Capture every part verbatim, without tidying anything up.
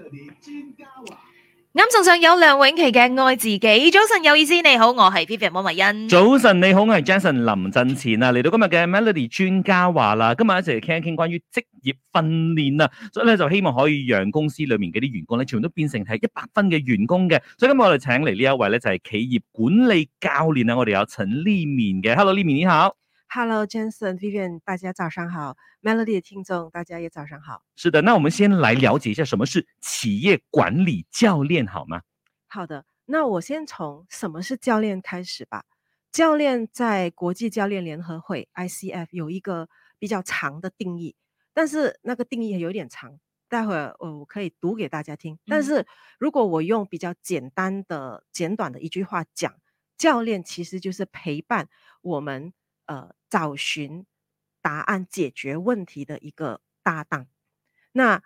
啱送上有梁咏琪嘅愛自己。早晨有意思，你好，我係 Vivian 溫慧欣。 早晨你好，我係 Jason 林振前啊，嚟到今日嘅 Melody 專家話啦，今日一齊傾一傾關於職業訓練啊，所以咧就希望可以讓公司裏面嘅啲員工咧，全部都變成係一百分嘅員工嘅。所以今日我哋請嚟呢一位咧就係企業管理教練啊，我哋有陳立敏嘅。Hello， 立敏你好。 Hello Jensen Vivian， 大家早上好。 Melody 的聽眾大家也早上好。 是的，那我們先來了解一下什麼是企業管理教練好嗎？ 好的，那我先從什麼是教練開始吧。教練在國際教練聯合會 I C F 有一個比較長的定義，但是那個定義有點長，待會兒我可以讀給大家聽。但是如果我用比較簡單的簡短的一句話講，教練其實就是陪伴我們呃找尋答案解決問題的一個搭檔。那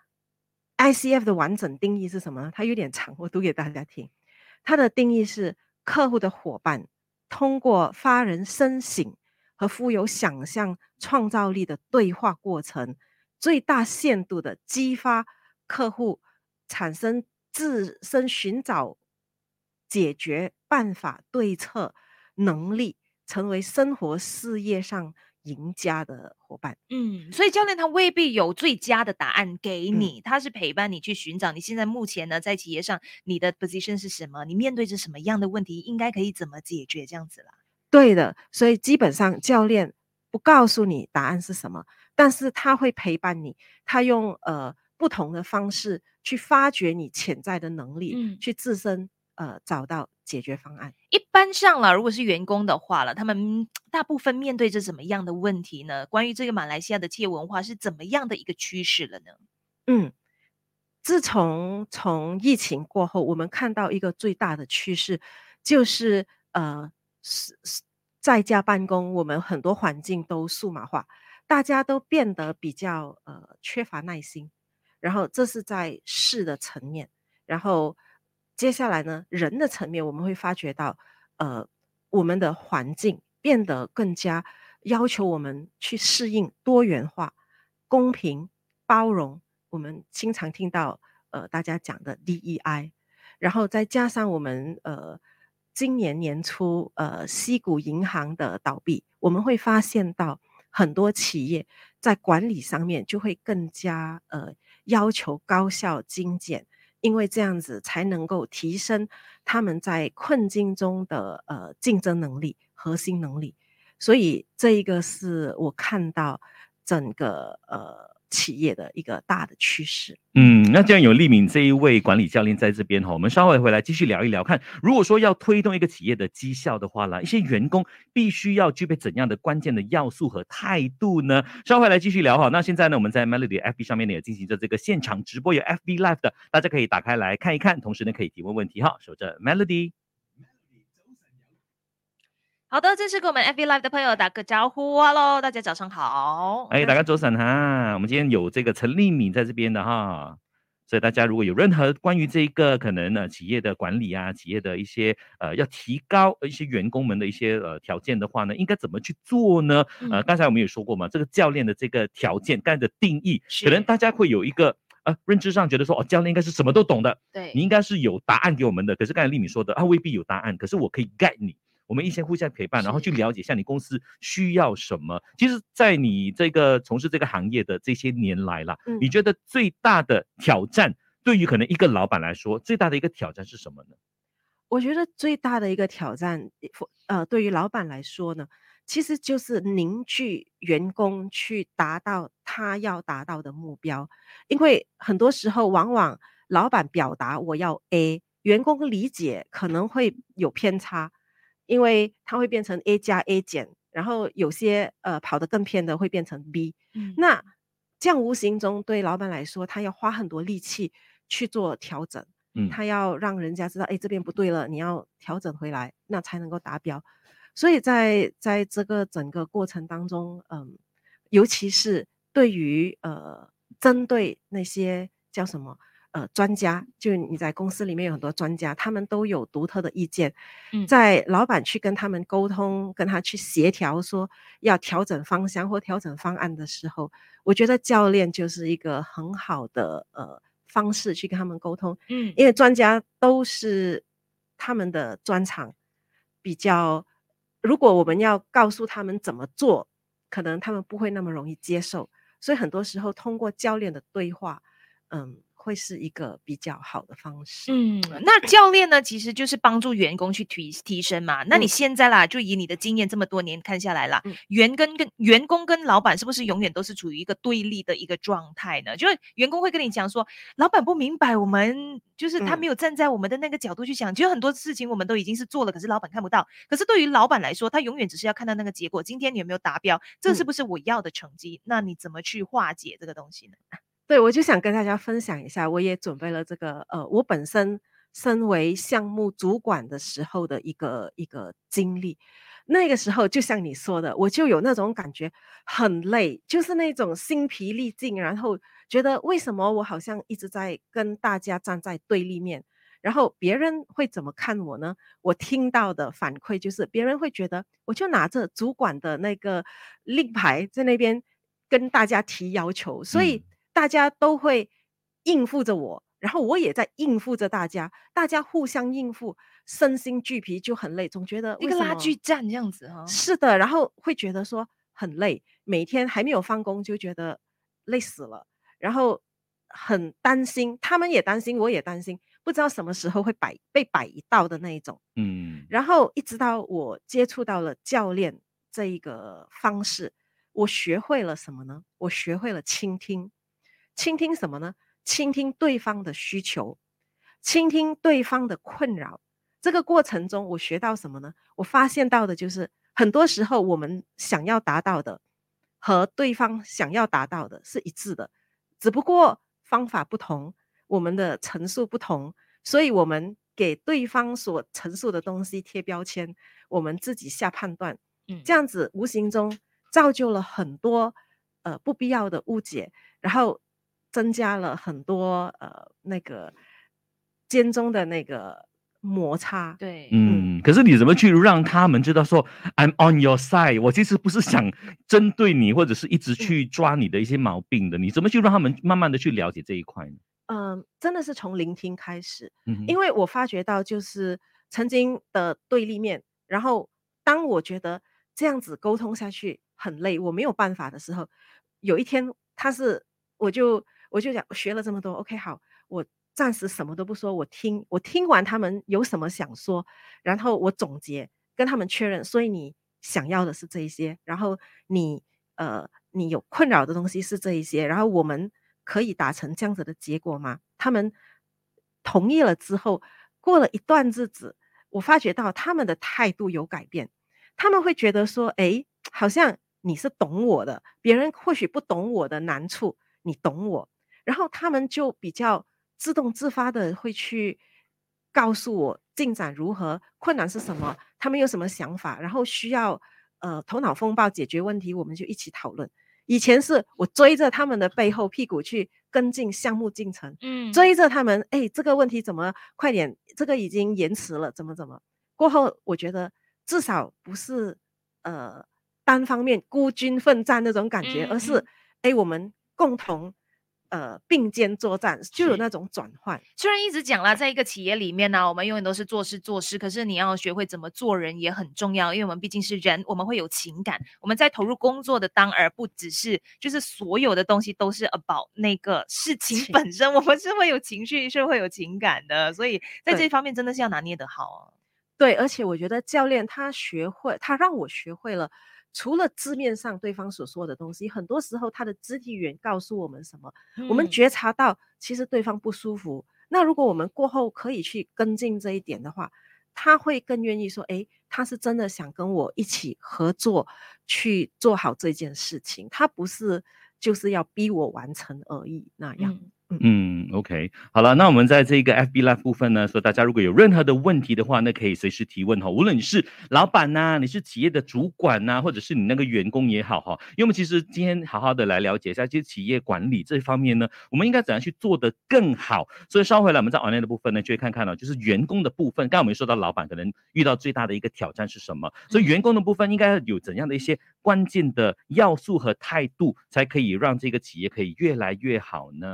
I C F 的完整定義是什麼呢？它有點長，我讀給大家聽。它的定義是客戶的夥伴通過發人深省和富有想象創造力的對話過程，最大限度的激發客戶產生自身尋找解決辦法對策能力，成為生活事業上贏家的夥伴。 嗯，所以教練他未必有最佳的答案給你， 嗯、 他是陪伴你去尋找你現在目前呢在企業上你的 position 是什麼，你面對着什麼樣的問題，應該可以怎麼解決，這樣子啦。 對的，所以基本上教練不告訴你答案是什麼，但是他會陪伴你，他用呃不同的方式去發掘你潛在的能力，嗯、去自身呃找到解決方案。 一般上了，如果是員工的話了，他們大部分面對着怎麼樣的問題呢？關於這個馬來西亞的企業文化是怎麼樣的一個趨勢了呢？ 嗯，自從從疫情過後，我們看到一個最大的趨勢，就是呃在家辦公，我們很多環境都數碼化，大家都變得比較呃缺乏耐心。然後這是在事的層面，然後接下來呢，人的層面我們會發覺到，呃，我們的環境變得更加要求我們去適應多元化、公平、包容。我們經常聽到呃大家講的 D E I， 然後再加上我們呃今年年初呃矽谷銀行的倒閉，我們會發現到很多企業在管理上面就會更加呃要求高效精簡。因為這樣子才能夠提升他們在困境中的呃競爭能力、核心能力，所以這一個是我看到整個呃企業的一個大的趨勢。 嗯，那這樣有立敏這一位管理教練在這邊哈，我們稍後回來繼續聊一聊，看如果說要推動一個企業的績效的話啦，一些員工必須要具備怎樣的關鍵的要素和態度呢？稍後回來繼續聊哈。那現在呢，我們在 Melody F B 上面呢也進行着這個現場直播，有 F B Live 的，大家可以打開來看一看，同時呢可以提問問題哈。守着 Melody。 好的，這是給我們 F B Live 的朋友打個招呼，Hello，大家早上好。 哎，大家早晨哈，我們今天有這個陳立敏在這邊的哈，所以大家如果有任何關於這個可能呢企業的管理啊，企業的一些呃要提高一些員工們的一些呃條件的話呢，應該怎麼去做呢？嗯、呃，剛才我們也說過嘛，這個教練的這個條件，剛才的定義，可能大家會有一個呃認知上覺得說，哦，教練應該是什麼都懂的， 對， 你應該是有答案給我們的。可是剛才立敏說的，啊，未必有答案，可是我可以 guide 你。我們一起互相陪伴，然後去了解一下你公司需要什麼。其實在你這個從事這個行業的這些年來啦，嗯、你覺得最大的挑戰對於可能一個老闆來說，最大的一個挑戰是什麼呢？ 我覺得最大的一個挑戰，呃，對於老闆來說呢，其實就是凝聚員工去達到他要達到的目標。因為很多時候往往老闆表達我要 A， 員工理解可能會有偏差。因為它會變成 A 加 A 減，然後有些呃跑得更偏的會變成 B，嗯，那這樣無形中對老闆來說，他要花很多力氣去做調整，嗯，他要讓人家知道，哎，這邊不對了，你要調整回來，那才能夠達標。所以在在這個整個過程當中，嗯，尤其是對於呃針對那些叫什麼？呃，專家，就你在公司裡面有很多專家，他們都有獨特的意見。嗯，在老闆去跟他們溝通，跟他去協調，說要調整方向或調整方案的時候，我覺得教練就是一個很好的呃方式去跟他们沟通， 嗯， 因为专家都是他们的专长比较，如果我们要告诉他们怎么做，可能他们不会那么容易接受，所以很多时候通过教练的对话，嗯，会是一个比较好的方式。 嗯，那教练呢，其实就是帮助员工去提提升嘛。那你嗯现在啦，就以你的经验这么多年看下来啦， 嗯员跟跟员工跟老板是不是永远都是处于一个对立的一个状态呢？就是员工会跟你讲说，老板不明白我们，就是他嗯没有站在我们的那个角度去想，其实很多事情我们都已经是做了，可是老板看不到。可是对于老板来说，他永远只是要看到那个结果，今天你有没有达标，这是嗯。 不是我要的成绩？那你怎么去化解这个东西呢？ 对，我就想跟大家分享一下，我也准备了这个，呃，我本身身为项目主管的时候的一个一个经历。那个时候就像你说的，我就有那种感觉很累，就是那种心疲力尽，然后觉得为什么我好像一直在跟大家站在对立面，然后别人会怎么看我呢？我听到的反馈就是别人会觉得，我就拿着主管的那个令牌在那边跟大家提要求，所嗯以大家都会应付着我，然后我也在应付着大家，大家互相应付，身心俱疲就很累，总觉得一个拉为什么锯战这样子哈。 是的，然后会觉得说很累，每天还没有放工就觉得累死了，然后很担心，他们也担心，我也担心，不知道什么时候会摆被摆一道的那一种。 嗯然后一直到我接触到了教练这一个方式，我学会了什么呢？我学会了倾听。倾听什么呢？倾听对方的需求，倾听对方的困扰。这个过程中我学到什么呢？我发现到的就是很多时候我们想要达到的和对方想要达到的是一致的，只不过方法不同，我们的陈述不同，所以我们给对方所陈述的东西贴标签，我们自己下判断， 嗯。 这样子无形中造就了很多呃不必要的误解，然后增加了很多呃那个间中的那个摩擦。 对， 嗯嗯，可是你怎么去让他们知道说 I'm on your side，我其实不是想针对你，或者是一直嗯去抓你的一些毛病的，你怎么去让他们慢慢的去了解这一块呢？ 嗯，真的是从聆听开始， 嗯哼， 因为我发觉到就是曾经的对立面，然后当我觉得这样子沟通下去很累，我没有办法的时候，有一天他是我就我就讲学了这么多，OK 好，我暂时什么都不说，我听我听完他们有什么想说，然后我总结跟他们确认，所以你想要的是这一些，然后你呃你有困扰的东西是这一些，然后我们可以达成这样子的结果吗？他们同意了之后，过了一段日子，我发觉到他们的态度有改变，他们会觉得说，诶，好像你是懂我的，别人或许不懂我的难处，你懂我，然后他们就比较自动自发的会去告诉我进展如何，困难是什么，他们有什么想法，然后需要呃头脑风暴解决问题，我们就一起讨论。以前是我追着他们的背后屁股去跟进项目进程， 嗯， 追着他们，哎，这个问题怎么快点，这个已经延迟了，怎么怎么。过后我觉得至少不是呃单方面孤军奋战那种感觉， 嗯而是嗯哎我们共同呃并肩作战，就有是。 那种转换。 虽然一直讲啦，在一个企业里面呢，我们永远都是做事做事，可是你要学会怎么做人也很重要，因为我们毕竟是人，我们会有情感，我们在投入工作的当儿，不只是就是所有的东西都是 about 那个事情情本身，我们是会有情绪，是会有情感的，所以在这对一方面真的是要拿捏得好哦。 对，而且我觉得教练他学会他让我学会了，除了字面上对方所说的东西，很多时候他的肢体语言告诉我们什么，我们嗯觉察到其实对方不舒服。那如果我们过后可以去跟进这一点的话，他会更愿意说，诶，他是真的想跟我一起合作去做好这件事情，他不是就是要逼我完成而已那样。 嗯。 嗯，OK，好了，那我们在这个 F B Live 部分呢，说大家如果有任何的问题的话，那可以随时提问哈，无论你是老板呐、你是企业的主管呐、或者是你那个员工也好哈，因为我们其实今天好好的来了解一下，其实企业管理这方面呢，我们应该怎样去做得更好。所以稍回来我们在 online 的部分呢，就会看看了、就是员工的部分。刚才我们说到老板可能遇到最大的一个挑战是什么，所以员工的部分应该有怎样的一些关键的要素和态度，才可以让这个企业可以越来越好呢？ 是。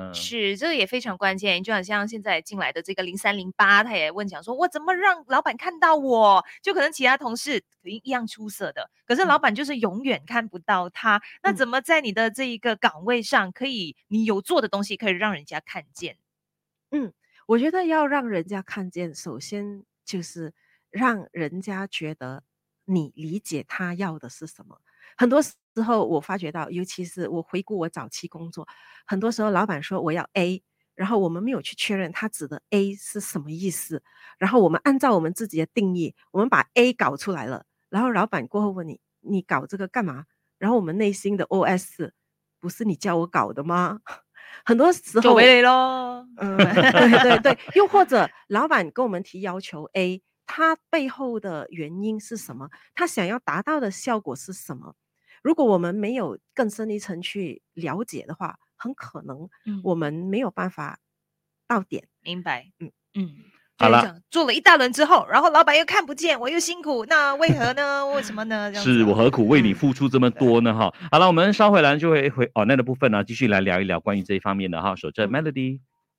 是，这个也非常关键。就好像现在进来的这个零三零八，他也问讲说，我怎么让老板看到我？就可能其他同事肯定一样出色的，可是老嗯板就是永远看不到他。那嗯怎么在你的这一个岗位上，可以你有做的东西可以让人家看见？ 嗯，我觉得要让人家看见，首先就是让人家觉得你理解他要的是什么。很多时候我发觉到，尤其是我回顾我早期工作，很多时候老板说我要 A，然后我们没有去确认他指的 A 是什么意思，然后我们按照我们自己的定义，我们把 A 搞出来了，然后老板过后问你，你搞这个干嘛？然后我们内心的 O S 不是你叫我搞的吗？很多时候做回来咯。 嗯，对对对，又或者老板跟我们提要求 A，他背后的原因是什么？他想要达到的效果是什么？如果我们没有更深一层去了解的话，很可能嗯， 我们没有办法到点。 明白。 嗯嗯， 好了， 就是这样，做了一大轮之后，然后老板又看不见，我又辛苦，那为何呢？为什么呢？这样子是我啊。 何苦为你嗯付出这么对， 多呢？哈，好了，我们稍回来就会回哦那的部分呢，继续来聊一聊关于这一方面的哈。守着嗯。 Melody。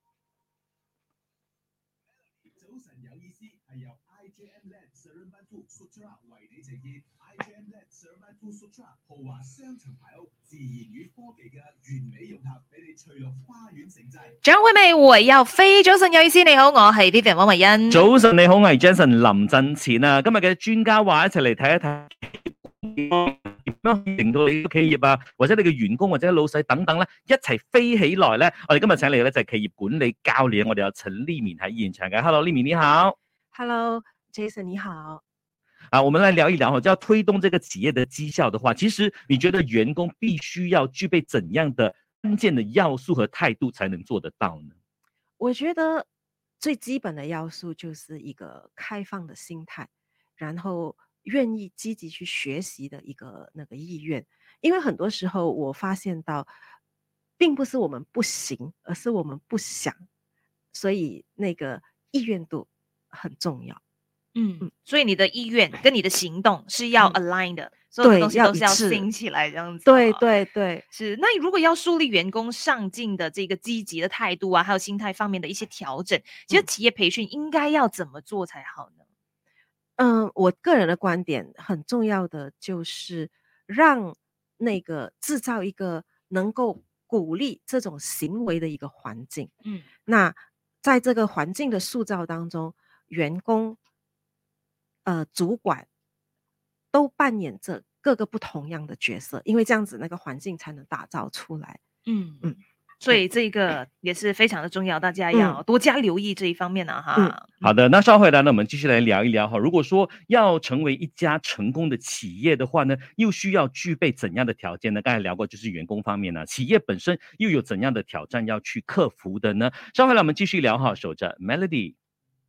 早晨有意思係由 I J M L E D Seremban Two Sutra 為你呈現 I J M L E D Seremban Two Sutra 豪華雙層排屋，自然與科技嘅完美融合，俾你翠綠花園盛製。 張惠妹，我要飛。早晨有意思，你好，我係 Vivian 汪慧欣。 早晨你好，我係 Jason 林振前啊。今日嘅專家話一齊嚟睇一睇點樣令到你嘅企業啊，或者你嘅員工或者老細等等咧，一齊飛起來咧。我哋今日請嚟嘅咧就係企業管理教練，我哋有陳麗敏喺現場嘅。Hello，麗敏你好。 Hello，Jason 你好。 啊，我们来聊一聊哈，就要推动这个企业的绩效的话，其实你觉得员工必须要具备怎样的关键的要素和态度才能做得到呢？ 我觉得最基本的要素就是一个开放的心态，然后愿意积极去学习的一个那个意愿。因为很多时候我发现到，并不是我们不行，而是我们不想，所以那个意愿度很重要。 嗯， 嗯所以你的意愿跟你的行动是要嗯 align 的，所有的对东西都是要要一致 sync 起来这样子对啊。 对对。 是，那你如果要树立员工上进的这个积极的态度啊，还有心态方面的一些调整，其实嗯企业培训应该要怎么做才好呢？ 嗯，我个人的观点很重要的就是让那个制造一个能够鼓励这种行为的一个环境。 嗯那在这个环境的塑造当中，员工、呃主管都扮演着各个不同样的角色，因为这样子那个环境才能打造出来。 嗯嗯， 所以这个也是非常的重要，大家要嗯多加留意这一方面啊嗯哈。 好的，那稍回来呢，我们继续来聊一聊哈。如果说要成为一家成功的企业的话呢，又需要具备怎样的条件呢？刚才聊过，就是员工方面呢，企业本身又有怎样的挑战要去克服的呢？稍回来我们继续聊哈，守着 Melody。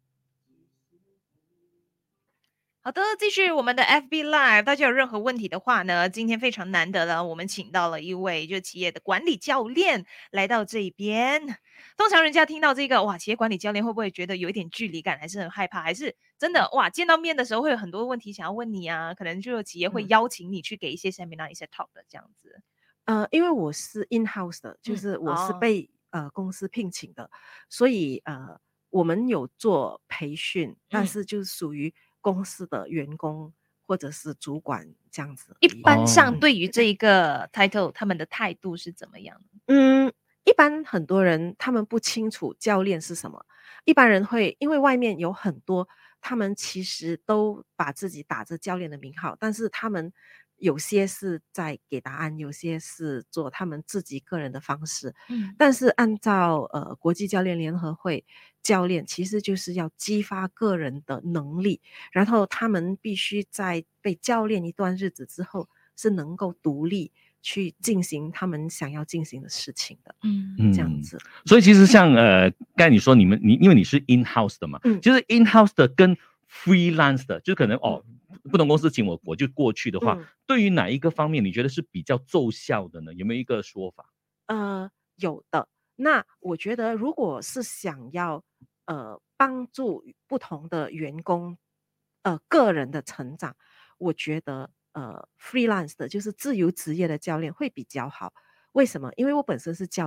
好的，继续我们的 F B Live，大家有任何问题的话呢，今天非常难得了，我们请到了一位就企业的管理教练来到这边。通常人家听到这个哇，企业管理教练会不会觉得有一点距离感，还是很害怕，还是真的哇，见到面的时候会有很多问题想要问你啊？可能就企业会嗯邀请你去给一些 seminar、一些 talk 的这样子。 呃，因为我是 in house 的，就嗯是我是哦被、呃公司聘请的，所以呃我们有做培训，但嗯是就属于公司的员工或者是主管这样子而一已。 般上哦对于这一个 title，他们的态度是怎么样的？ 嗯，一般很多人他们不清楚教练是什么，一般人会因为外面有很多，他们其实都把自己打着教练的名号，但是他们有些是在给答案，有些是做他们自己个人的方式。 嗯但是按照呃国际教练联合会，教练其实就是要激发个人的能力，然后他们必须在被教练一段日子之后，是能够独立去进行他们想要进行的事情的， 嗯这样子。 所以其实像呃，刚才你说你们你因为你是 in house 的嘛， 嗯其实 in house 的跟 freelance 的，就可能哦，不同公司请我我就过去的话， 嗯对于哪一个方面你觉得是比较奏效的呢？有没有一个说法？ 呃，有的。那我觉得，如果是想要呃帮助不同的员工呃个人的成长，我觉得呃 freelance 的就是自由职业的教练会比较好。为什么？因为我本身是教练，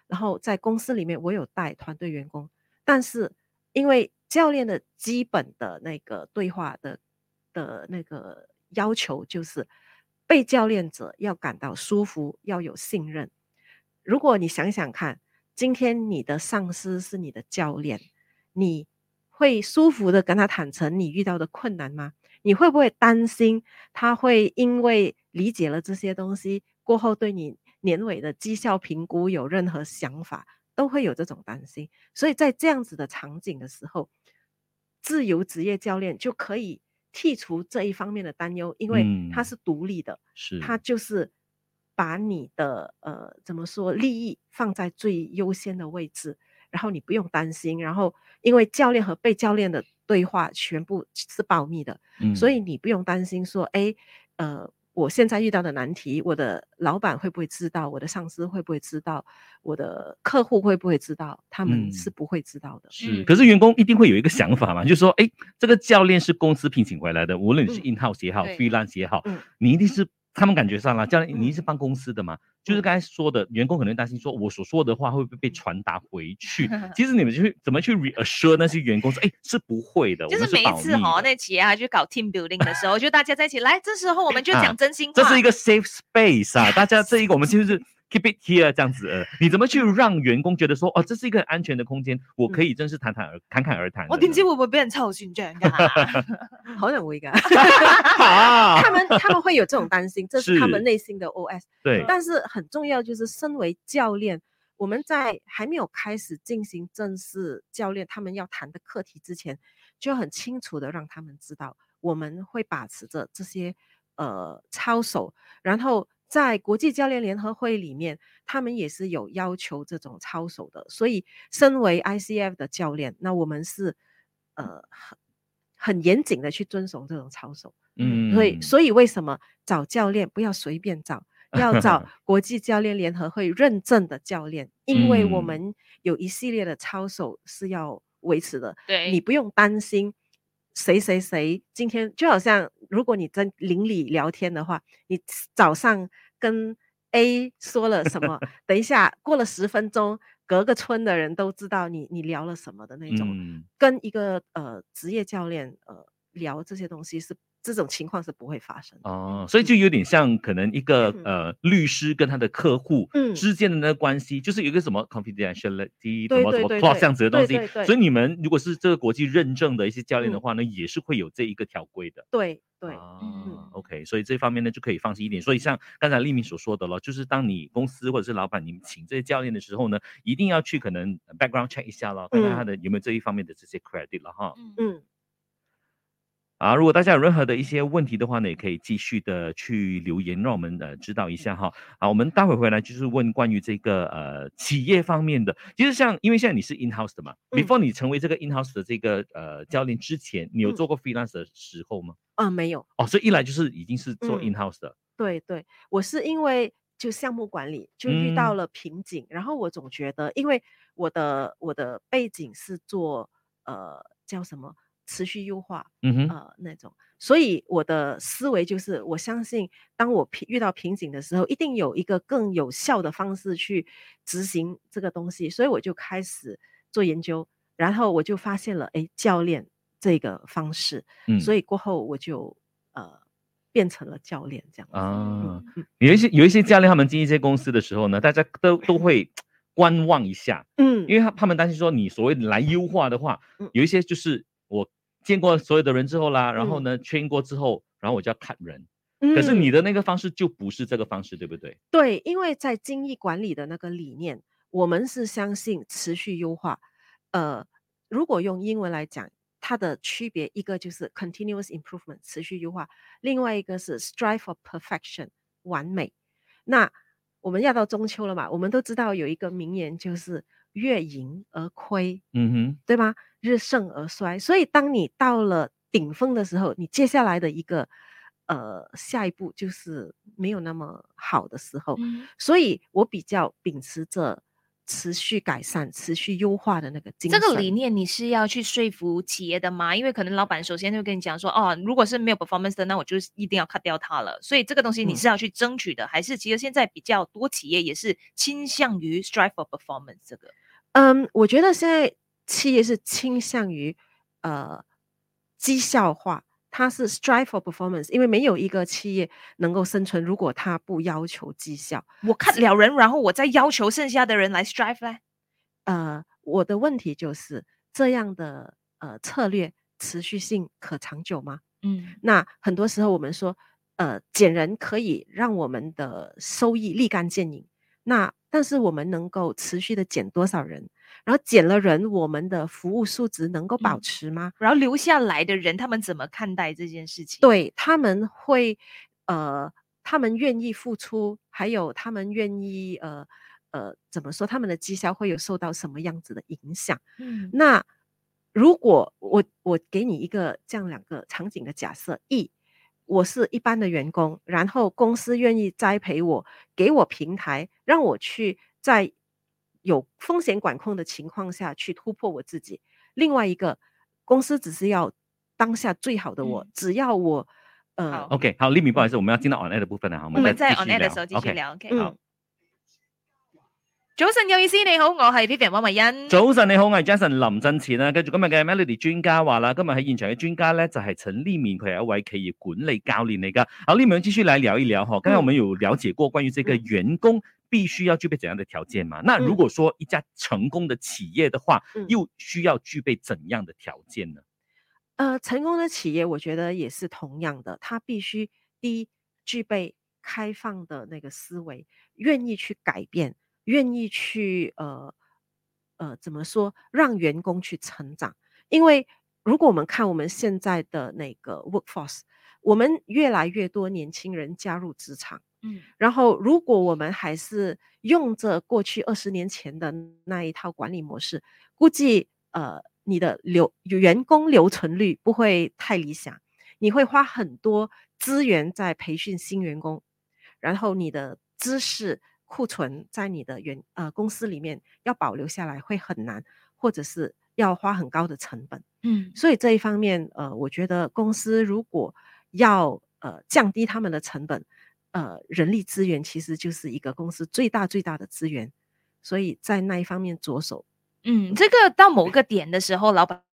然后在公司里面我有带团队员工，但是因为教练的基本的那个对话的的那个要求就是被教练者要感到舒服，要有信任。如果你想想看，今天你的上司是你的教练，你会舒服的跟他坦诚你遇到的困难吗？你会不会担心他会因为理解了这些东西过后对你年尾的绩效评估有任何想法？都会有这种担心。所以在这样子的场景的时候，自由职业教练就可以剔除这一方面的担忧，因为他嗯， 是独立的，他是， 就是把你的呃怎么说利益放在最优先的位置，然后你不用担心，然后因为教练和被教练的对话全部是保密的，所以嗯你不用担心说，哎，呃，我现在遇到的难题，我的老板会不会知道？我的上司会不会知道？我的客户会不会知道？他们是嗯。 不会知道的。 是， 嗯可是员工一定会有一个想法嘛，就是说，哎，这个教练是公司聘请回来的，无论你是嗯 in house 也好对 ，freelance 也好， 嗯你一定是他们感觉上了，教练你一定嗯是帮公司的嘛。就是嗯刚才说的，员工可能担心说，我所说的话会不会被传达回去？其实你们就去怎么去 reassure 那些员工说，哎，是不会的，我们就是每一保密次哈， 的那企业啊就搞 team building 的时候，就大家在一起来，这时候我们就啊。 讲真心话。 这是一个 safe space 啊，大家 Yes 这一个我们就是 keep it here 这样子。呃，你怎么去嗯让员工觉得说，哦，这是一个很安全的空间，我可嗯， 以真是侃侃而侃侃而谈的呢？ 我點知會唔會俾人抽算賬㗎？ 可能會㗎。 好， 他们他们会有这种担心，这是他是们内心的 O S。 对， 但是很重要就是身为教练，我们在还没有开始进行正式教练他们要谈的课题之前，就要很清楚的让他们知道，我们会把持着这些呃操守，然后在国际教练联合会里面，他们也是有要求这种操守的。所以，身为 I C F 的教练，那我们是呃很很严谨的去遵守这种操守。 嗯所以， 嗯， 所以为什么找教练不要随便找，要找国际教练联合会认证的教练，因为我嗯们有一系列的操守是要维持的， 对你不用担心谁谁谁今天就好像如果你在邻里聊天的话，你早上跟 A 说了什么，等一下过了十分钟，隔个村的人都知道你你聊了什么的那种， 嗯。 跟一个呃职业教练呃聊这些东西是这种情况是不会发生的。 哦，所以就有点像可能一个嗯呃律师跟他的客户嗯之间的那个关系，就是有一个什么 confidentiality 怎对么怎么对对 clause 对这样子的东西。 对对对所以你们如果是这个国际认证的一些教练的嗯话呢，也是会有这一个条规的。 对对， 啊嗯 ，OK，所以这方面呢就可以放心一点。所以像刚才丽敏所说的了，就是当你公司或者是老板你们请这些教练的时候呢，一定要去可能 background check 一下了，看看他的有没有这一方面的这些 credit 了哈。 嗯嗯啊，如果大家有任何的一些问题的话呢，也可以继续的去留言，让我们呃知道一下哈。啊，我们待会回来就是问关于这个呃企业方面的。其实像因为现在你是 in house 的嘛、 嗯 b e f o r e 你成为这个 in house 的这个呃教练之前，你有嗯做过 freelance 的时候吗？ 啊没有。 哦，所以一来就是已经是做嗯 in house 的。 对对，我是因为就项目管理就遇到嗯了瓶颈，然后我总觉得，因为我的我的背景是做呃叫什么持续优化嗯哼， 呃那种，所以我的思维就是我相信，当我瓶遇到瓶颈的时候，一定有一个更有效的方式去执行这个东西，所以我就开始做研究，然后我就发现了，哎，教练这个方式， 嗯所以过后我就呃变成了教练这样子。 啊嗯，嗯有一些有一些教练他们进一些公司的时候呢，大家都都会观望一下， 嗯， 因为他他们担心说你所谓的来优化的话， 嗯有一些就是我见过所有的人之后啦，然后嗯呢 train 过之后，然后我就要 cut 人。可是你嗯的那个方式就不是这个方式，对不对？ 对，因为在精益管理的那个理念，我们是相信持续优化。呃，如果用英文来讲，它的区别一个就是 continuous improvement 持续优化，另外一个是 strive for perfection 完美。那我们要到中秋了嘛，我们都知道有一个名言就是月盈而亏， 嗯哼， 对吗？日盛而衰。所以当你到了顶峰的时候，你接下来的一个呃下一步就是没有那么好的时候。 嗯所以我比较秉持着持续改善、持续优化的那个精神。 这个理念你是要去说服企业的吗？因为可能老板首先就跟你讲说，哦，如果是没有 performance 的，那我就一定要 cut 掉它了。所以这个东西你嗯是要去争取的，还是其实现在比较多企业也是倾向于 strive for performance 这个？ 嗯，我觉得现在企业是倾向于呃绩效化，它是 strive for performance，因为没有一个企业能够生存，如果它不要求绩效。 我 cut 了人，然后我再要求剩下的人来 strive 嘞？ 呃，我的问题就是这样的呃策略持续性可长久吗？ 嗯那很多时候我们说，呃，减人可以让我们的收益立竿见影，那但是我们能够持续的减多少人？然后减了人，我们的服务素质能够保嗯， 持吗？ 然后留下来的人，他们怎么看待这件事情？ 对，他们会呃，他们愿意付出，还有他们愿意呃呃，怎么说，他们的绩效会有受到什么样子的影响？ 嗯那如果我我给你一个这样两个场景的假设，一，我是一般的员工，然后公司愿意栽培我，给我平台，让我去在有风险管控的情况下去突破我自己。另外一个，公司只是要当下最好的我， 嗯， 只要我呃好， OK，好，丽敏，不好意嗯思，我们要进到 on air 的部分了哈，我们再我们在继 on 续 air 的聊。 时候继续 OK， 聊。OK， 好。 嗯早晨有意思，你好，我係 Vivian 汪慧欣。 早晨，你好，我係 Jason 林振前啦。繼續今日嘅 Melody 專家話啦，今日喺現場嘅專家咧就係陳立敏，佢係一位企業管理教練嚟噶。好，立敏繼續來聊一聊哈。剛才我們有了解過關於這個員工必須要具備怎樣的條件嘛？那如果說一家成功的企業的話， 嗯又需要具備怎樣的條件呢？ 呃，成功的企业我觉得也是同样的，它必须第一具备开放的那个思维，愿意去改变，愿意去呃呃怎么说，让员工去成长。因为如果我们看我们现在的那个 workforce，我们越来越多年轻人加入职场， 嗯然后如果我们还是用着过去二十年前的那一套管理模式，估计呃你的留员工留存率不会太理想，你会花很多资源在培训新员工，然后你的知识库存在你的原呃公司里面要保留下来会很难，或者是要花很高的成本。 嗯所以这一方面，呃，我觉得公司如果要呃降低他们的成本，呃，人力资源其实就是一个公司最大最大的资源，所以在那一方面着手。 嗯，这个到某个点的时候，老板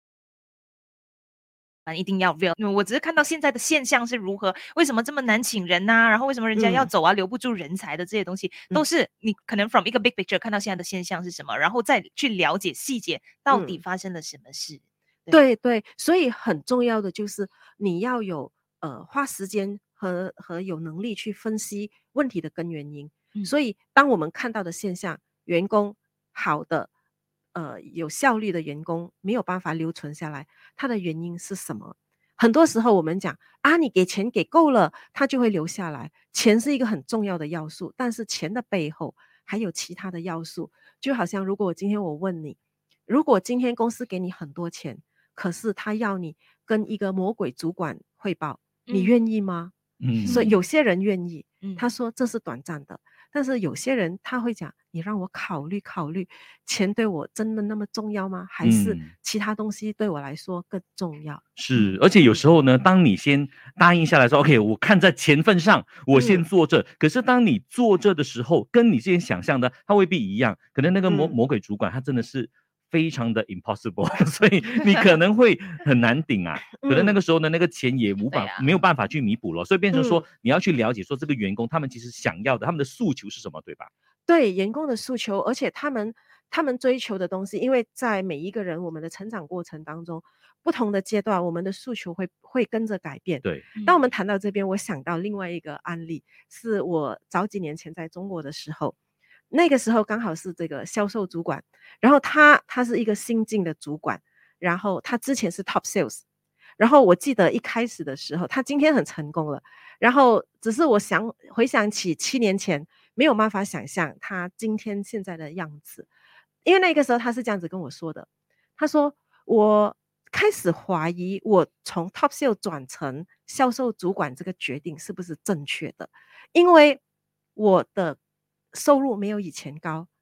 一定要 real。嗯我只是看到现在的现象是如何，为什么这么难请人呐、然后为什么人家要嗯走啊，留不住人才的这些东西，都嗯是你可能 from 一个 big picture 看到现在的现象是什么，然后再去了解细节到底嗯。 发生了什么事。 对对，所以很重要的就是你要有呃花时间和和有能力去分析问题的根源因。 嗯所以当我们看到的现象，员工好的呃有效率的员工没有办法留存下来，它的原因是什么？很多时候我们讲啊，你给钱给够了，他就会留下来。钱是一个很重要的要素，但是钱的背后还有其他的要素。就好像如果今天我问你，如果今天公司给你很多钱，可是他要你跟一个魔鬼主管汇报，你嗯愿意吗？ 嗯所以有些人愿意， 嗯他说这是短暂的，但是有些人他会讲，你让我考虑考虑，钱对我真的那么重要吗？还是嗯其他东西对我来说更重要？ 是，而且有时候呢，当你先答应下来说，OK，我看在钱份上，我先嗯做这。可是当你做这的时候，跟你之前想象的，它未必一样。可能那个魔嗯魔鬼主管，他真的是非常的 impossible，所以你可能会很难顶啊。可能那嗯个时候呢，那个钱也无法、 对啊没有办法去弥补了，所以变成说嗯你要去了解说这个员工他们其实想要的，他们的诉求是什么，对吧？ 对，员工的诉求，而且他们他们追求的东西，因为在每一个人我们的成长过程当中，不同的阶段，我们的诉求会会跟着改变。 对， 当我们谈到这边，我想到另外一个案例，是我早几年前在中国的时候，那个时候刚好是这个销售主管，然后他他是一个新进的主管，然后他之前是 top sales，然后我记得一开始的时候，他今天很成功了，然后只是我想回想起七年前，没有办法想象他今天现在的样子，因为那个时候他是这样子跟我说的，他说我开始怀疑我从 top sale 转成销售主管这个决定是不是正确的，因为我的收入没有以前高，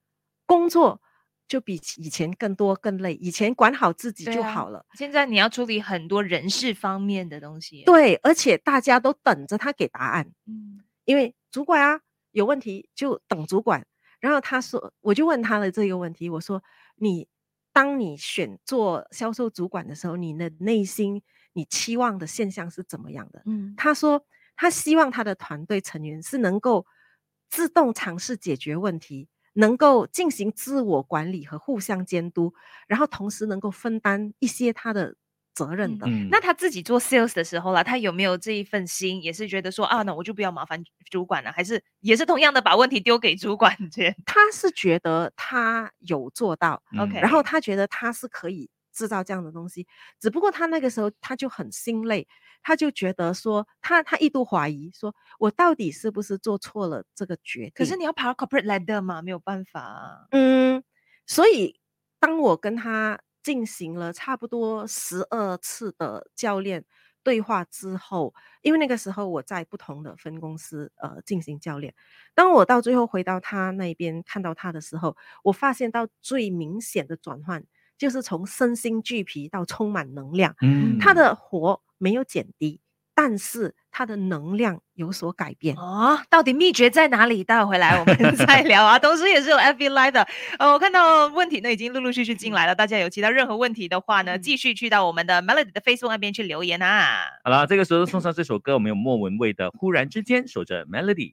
工作就比以前更多更累，以前管好自己就好了。 啊、现在你要处理很多人事方面的东西。 对，而且大家都等着他给答案。 嗯， 因为主管啊有问题就等主管。然后他说，我就问他了这个问题，我说你当你选做销售主管的时候，你的内心你期望的现象是怎么样的？ 嗯， 他说他希望他的团队成员是能够自动尝试解决问题，能够进行自我管理和互相监督，然后同时能够分担一些他的责任的。 嗯那他自己做 sales 的时候啦，他有没有这一份心，也是觉得说啊，那我就不要麻烦主管了，还是也是同样的把问题丢给主管这样？ 他是觉得他有做到， 嗯 OK 然后他觉得他是可以制造这样的东西，只不过他那个时候他就很心累，他就觉得说他他一度怀疑说，我到底是不是做错了这个决定？ 可是你要爬 corporate ladder 嘛，没有办法啊。 嗯，所以当我跟他进行了差不多十二次的教练对话之后，因为那个时候我在不同的分公司呃进行教练，当我到最后回到他那边看到他的时候，我发现到最明显的转换就是从身心俱疲到充满能量。 嗯他的活没有减低，但是他的能量有所改变。 哦，到底秘诀在哪里？待会回来我们再聊啊。同时也是有 F B Live 的，呃，我看到问题呢已经陆陆续续进来了，大家有其他任何问题的话呢， 嗯继续去到我们的 Melody 的 Facebook 那边去留言啊。 好了，这个时候送上这首歌，我们有莫文蔚的《忽然之间》，守着 Melody。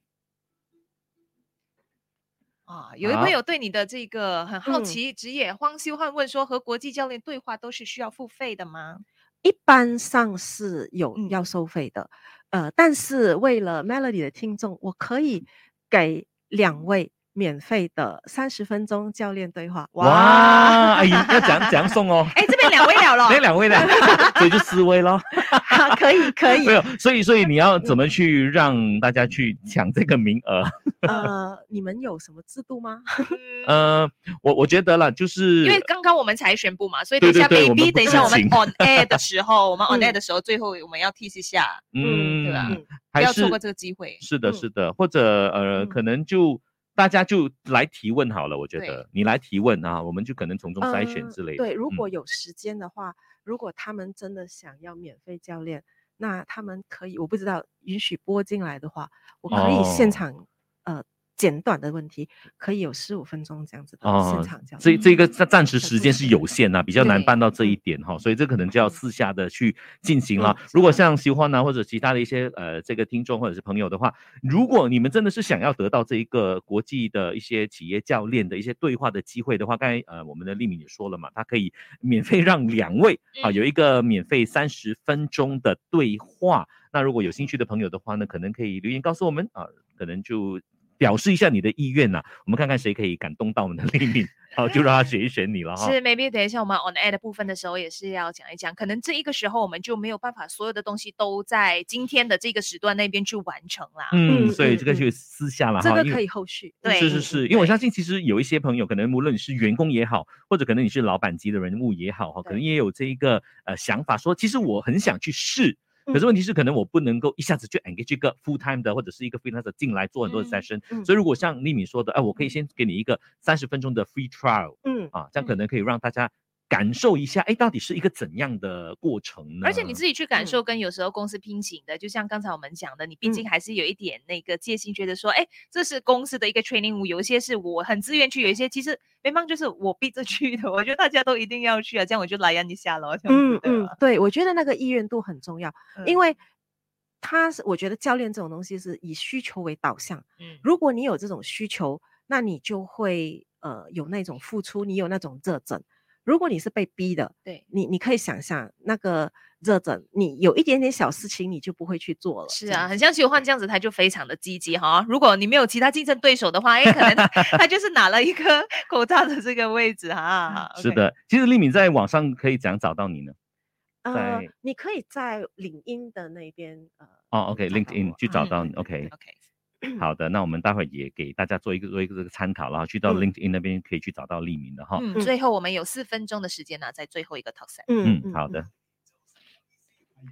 啊，有一好朋友对你的这个很好嗯奇，职业荒修汉问说，和国际教练对话都是需要付费的吗？ 一般上是有嗯要收费的，呃，但是为了 Melody 的听众，我可以给两位免费的三十分钟教练对话。 哇，哎呀，要怎样怎样送哦？ 哎，这边两位了了那两位呢？所以就四位咯。 好可以可以没，有，所以所以你要怎么去让大家去抢这个名额？ 呃，你们有什么制度吗？ 嗯呃，我我觉得啦，就是因为刚刚我们才宣布嘛，所以等一下对对对我们 maybe 不等一下我们知情 on air 的时候，我们 on 嗯 air 的时候，最后我们要 tease 一下， 嗯， 对吧嗯不还是要错过这个机会。 是的， 嗯是的，或者呃， 嗯可能就大家就来提问好了，我觉对得你来提问啊，我们就可能从中筛选呃之类的。 对，如嗯果有时间的话，如果他们真的想要免费教练，那他们可以，我不知道允许播进来的话，我可以现哦场、呃简短的问题，可以有十五分钟这样子的现哦场教练。 这这个嗯暂暂时时间是有限呐、比较难对办到这一嗯点哈，所以这可能就要私下的去进行了。 嗯如果像喜欢呢，或者其他的一些呃这个听众或者是朋友的话，如果你们真的是想要得到这一个国际的一些企业教练的一些对话的机会的话，刚才呃我们的丽敏也说了嘛，他可以免费让两位啊、 嗯有一个免费三十分钟的对话。那如果有兴趣的朋友的话呢，可能可以留言告诉我们啊，可能就表示一下你的意愿呐、我们看看谁可以感动到我们的丽敏，好，就让他选一选你了哈。 是 maybe 等一下我们 on air 的部分的时候也是要讲一讲，可能这一个时候我们就没有办法所有的东西都在今天的这个时段那边去完成啦。 嗯， 嗯嗯所以这个就私下了哈，因为这个可以后续。 对是是是，因为我对相信其实有一些朋友，可能无论你是员工也好，或者可能你是老板级的人物也好哈，可能对也有这一个呃想法，说其实我很想去试。可是嗯问题是，可能我不能够一下子就 engage 一个 full time 的或者是一个 freelancer 进来做很多的嗯 session，、 嗯所以如果像丽敏说的，哎、我可以先给你一个三十分钟的 free trial 嗯啊，这样可能可以让大家感受一下，哎，到底是一个怎样的过程呢？ 而且你自己去感嗯受，跟有时候公司拼请的，就像刚才我们讲的，你毕竟嗯还是有一点那个戒心，觉得说，哎，这是公司的一个 training，有一些是我很自愿去，有一些其实没办法就是我逼着去的。我觉得大家都一定要去啊，这样我就来呀一下咯，这样子嗯嗯对吧， 对，我觉得那个意愿度很重要，因嗯为他是我觉得教练这种东西是以需求为导向。 嗯如果你有这种需求，那你就会呃有那种付出，你有那种热忱。如果你是被逼的， 对。 你你可以想象那个热忱，你有一点点小事情你就不会去做了。 是啊， 这样子很像徐焕这样子，他就非常的积极哈。如果你没有其他竞争对手的话，哎，可能他就是拿了一个口罩的这个位置哈。 是 OK， 的，其实丽敏在网上可以怎样找到你呢？ 呃在， 你可以在领英的那边呃哦找到 ，OK，LinkedIn、 我去找到你、 嗯对 OK。 OK， 好的，那我们待会儿也给大家做一个做一个这个参考，然后去到嗯 LinkedIn 那边可以去找到丽敏的哈。 嗯， 嗯最后我们有四分钟的时间呢，在最后一个 talk set。 嗯，好的。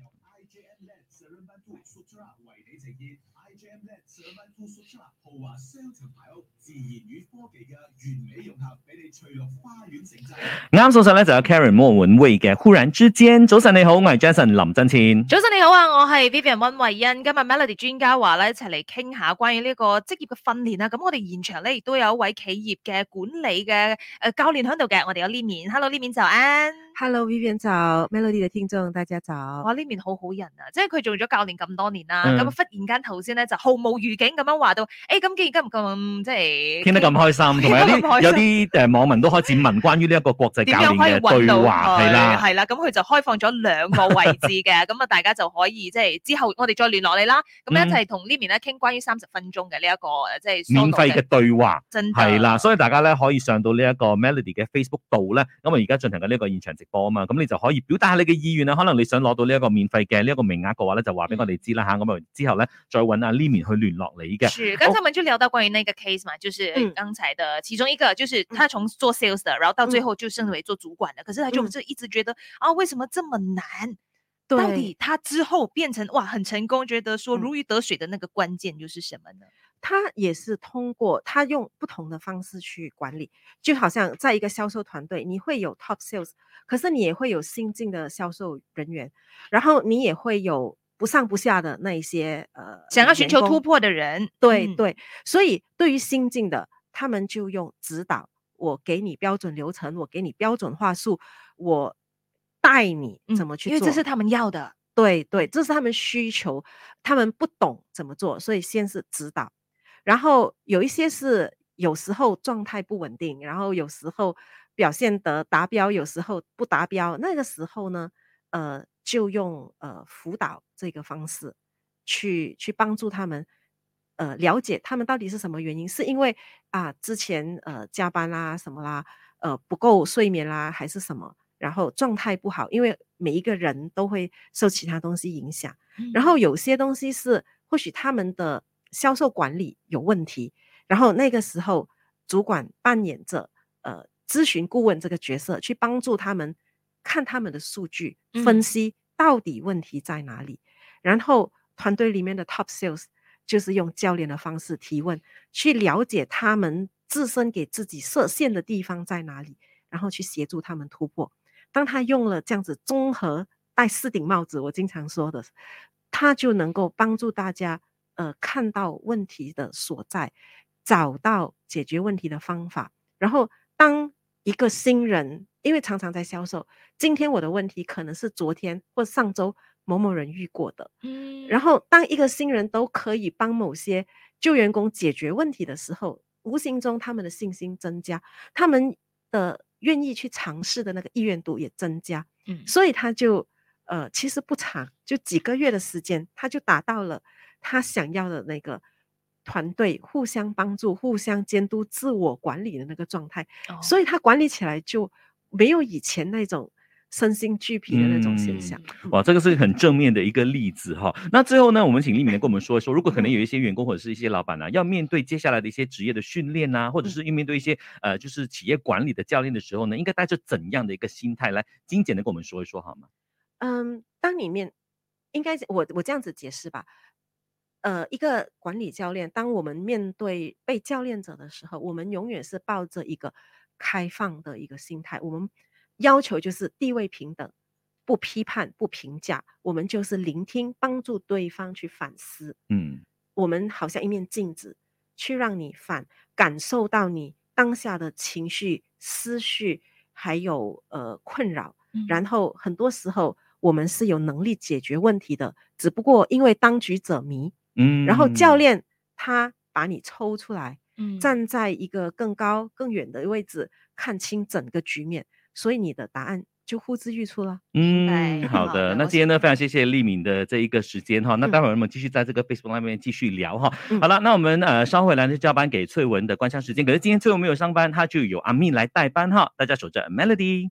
J M L E D 上班族 Sutra 為你呈現 I J M L E D 上班族 Sutra 豪華雙層排屋，自然與科技嘅完美融合，俾你翠綠花園城寨。 啱送上咧就有 Karen 莫文蔚嘅《忽然之間》。早晨你好，我係 Jason 林振千。 早晨你好啊，我係 Vivian 溫慧欣。今日 Melody 專家話咧一齊嚟傾下關於呢個職業嘅訓練啊。咁我哋現場咧亦都有一位企業嘅管理嘅誒教練喺度嘅，我哋有 Limin。Hello Limin 早安。 Hello Vivian 早 ，Melody 嘅聽眾大家早。 哇 Limin 好好人啊，即係佢做咗教練咁多年啦，咁、 嗯、 忽然間頭先咧就毫無預警咁樣話到，誒、欸、咁既然今日咁即係傾得咁開心，同埋有啲有啲誒網民都開始問關於呢一個國際教練嘅對話係啦， 係啦，咁佢就開放咗兩個位置嘅，咁啊大家就可以即係之後我哋再聯絡你啦，咁一齊同 Limin 咧傾關於三十分鐘嘅呢一個即係免費嘅對話， 真係啦，所以大家咧可以上到呢一個 Melody 嘅 Facebook 度咧，咁啊而家進行緊呢一個現場直播啊嘛，咁你就可以表達下你嘅意願啊，可能你想攞到呢一個免費嘅呢一個名額嘅話咧，就話俾我哋知啦吓，咁啊、嗯、之後咧再揾阿 Limin 去聯絡你嘅。 是，剛才我們就聊到關於那個 case 嘛，就是剛才的其中一個，就是他從做 sales 的，然後到最後就升為做主管的，可是他就是一直覺得啊，為什麼這麼難？到底他之後變成哇很成功，覺得說如魚得水的那個關鍵又是什麼呢？ 他也是通過他用不同的方式去管理，就好像在一個銷售團隊，你會有 top sales， 可是你也會有新進的銷售人員，然後你也會有不上不下的那一些呃想要尋求突破的人， 對、 嗯、 對，所以對於新進的，他們就用指導，我給你標準流程，我給你標準話術，我帶你怎麼去做， 嗯、因為這是他們要的， 對對，這是他們需求，他們不懂怎麼做，所以先是指導。然後有一些是有時候狀態不穩定，然後有時候表現得達標，有時候不達標，那個時候呢，呃，就用呃輔導這個方式去去幫助他們，呃，了解他們到底是什麼原因，是因為啊之前呃加班啦什麼啦，呃不夠睡眠啦還是什麼，然後狀態不好，因為每一個人都會受其他東西影響，嗯、然後有些東西是或許他們的銷售管理有問題，然後那個時候主管扮演着呃諮詢顧問這個角色，去幫助他們看他們的數據，分析到底問題在哪裡，嗯、然後團隊裡面的 top sales 就是用教練的方式提問，去了解他們自身給自己設限的地方在哪裡，然後去協助他們突破。當他用了這樣子綜合戴四頂帽子，我經常說的，他就能夠幫助大家呃，看到問題的所在，找到解決問題的方法。然後當一個新人，因為常常在銷售，今天我的問題可能是昨天或上周某某人遇過的，嗯，然後當一個新人都可以幫某些舊員工解決問題的時候，無形中他們的信心增加，他們的願意去嘗試的那個意願度也增加，嗯，所以他就呃，其實不長，就幾個月的時間，他就達到了他想要的那個團隊互相幫助、互相監督、自我管理的那個狀態，哦、所以他管理起來就沒有以前那種身心俱疲的那種現象。 嗯、哇，這個是很正面的一個例子哈。那最後呢，我們請Limin跟我們說一說，如果可能有一些員工或者是一些老闆啊，要面對接下來的一些職業的訓練啊，或者是要面對一些呃，就是企業管理的教練的時候呢，應該帶着怎樣的一個心態來精簡的跟我們說一說好嗎？ 嗯，當你面應該我我這樣子解釋吧。呃，一個管理教練，當我們面對被教練者的時候，我們永遠是抱着一個開放的一個心態。我們要求就是地位平等，不批判，不評價，我們就是聆聽，幫助對方去反思。嗯，我們好像一面鏡子，去讓你反感受到你當下的情緒、思緒，還有呃困擾。嗯，然後很多時候我們是有能力解決問題的，只不過因為當局者迷。嗯，然後教練他把你抽出來，嗯，站在一個更高更遠的位置，看清整個局面，所以你的答案就呼之欲出了。 嗯，好的，好的，那今天呢非常謝謝Limin的這一個時間哈，那待會兒我們繼續在這個 Facebook 那邊繼續聊哈。嗯、好了，那我們呃稍後回來就交班給翠文的觀賞時間，可是今天翠文沒有上班，他就有阿min來代班哈，大家守着 Melody。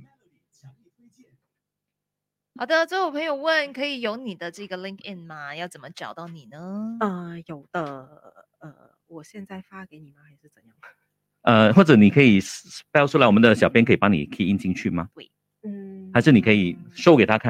好的，這位朋友問，可以有你的這個 LinkedIn 嗎？要怎麼找到你呢？ 呃，有的，呃，我現在發給你嗎？還是怎樣？ 呃，或者你可以 spell 出來，我們的小編可以幫你 key in 進去嗎？ 對，嗯， 還是你可以 show 給他看？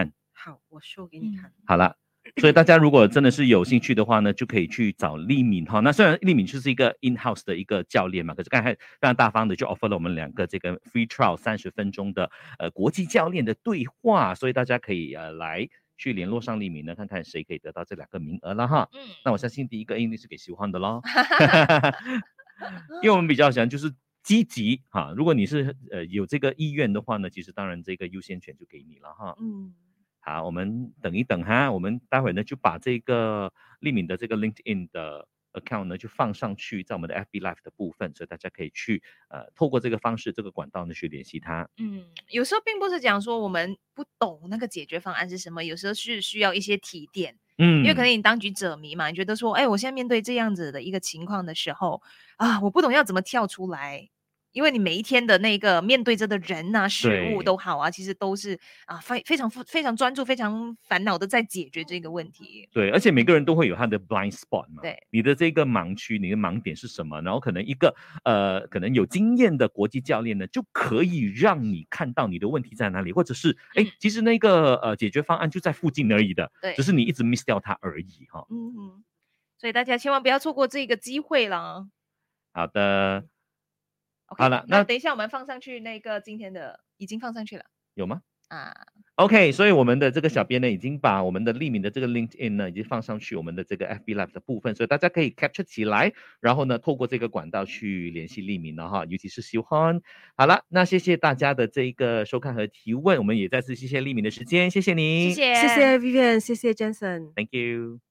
好，我 show 给你看。 嗯好了。所以大家如果真的是有兴趣的话呢，就可以去找丽敏哈。那虽然丽敏就是一个 in house 的一个教练嘛，可是刚才非常大方的就 offer 了我们两个这个 free trial 三十分钟的呃国际教练的对话，所以大家可以呃来去联络上丽敏呢，看看谁可以得到这两个名额了哈。 嗯， 那我相信第一个一定是给喜欢的咯，因为我们比较喜欢就是积极哈。如果你是呃有这个意愿的话呢，其实当然这个优先权就给你了哈。 嗯。 好，我们等一等哈，我们待会呢就把这个丽敏的这个 LinkedIn 的 account 呢就放上去，在我们的 F B Live 的部分，所以大家可以去呃透过这个方式、这个管道呢去联系他。 嗯，有时候并不是讲说我们不懂那个解决方案是什么，有时候是需要一些提点。 嗯， 因为可能你当局者迷嘛，你觉得说，哎，我现在面对这样子的一个情况的时候啊，我不懂要怎么跳出来。因为你每一天的那个面对着的人啊、事物对都好啊，其实都是啊非非常非常专注、非常烦恼的在解决这个问题。 对，而且每个人都会有他的 blind spot 嘛。 对， 你的这个盲区，你的盲点是什么？然后可能一个呃，可能有经验的国际教练呢，就可以让你看到你的问题在哪里，或者是哎、 嗯其实那个呃解决方案就在附近而已的， 对只是你一直 miss 掉它而已哈。 嗯哼，所以大家千万不要错过这个机会了。 好的， OK， 好了那那等一下我们放上去那个今天的，已经放上去了有吗啊。 ？OK，所以我们的这个小编呢，已经把我们的丽敏的这个 LinkedIn 呢，已经放上去我们的这个 F B Live 的部分，所以大家可以 capture 起来，然后呢，透过这个管道去联系丽敏了哈，尤其是喜欢。好了，那谢谢大家的这一个收看和提问，我们也再次谢谢丽敏的时间，谢谢你， 谢谢谢谢 Vivian，谢谢 Jensen。 ，Thank you。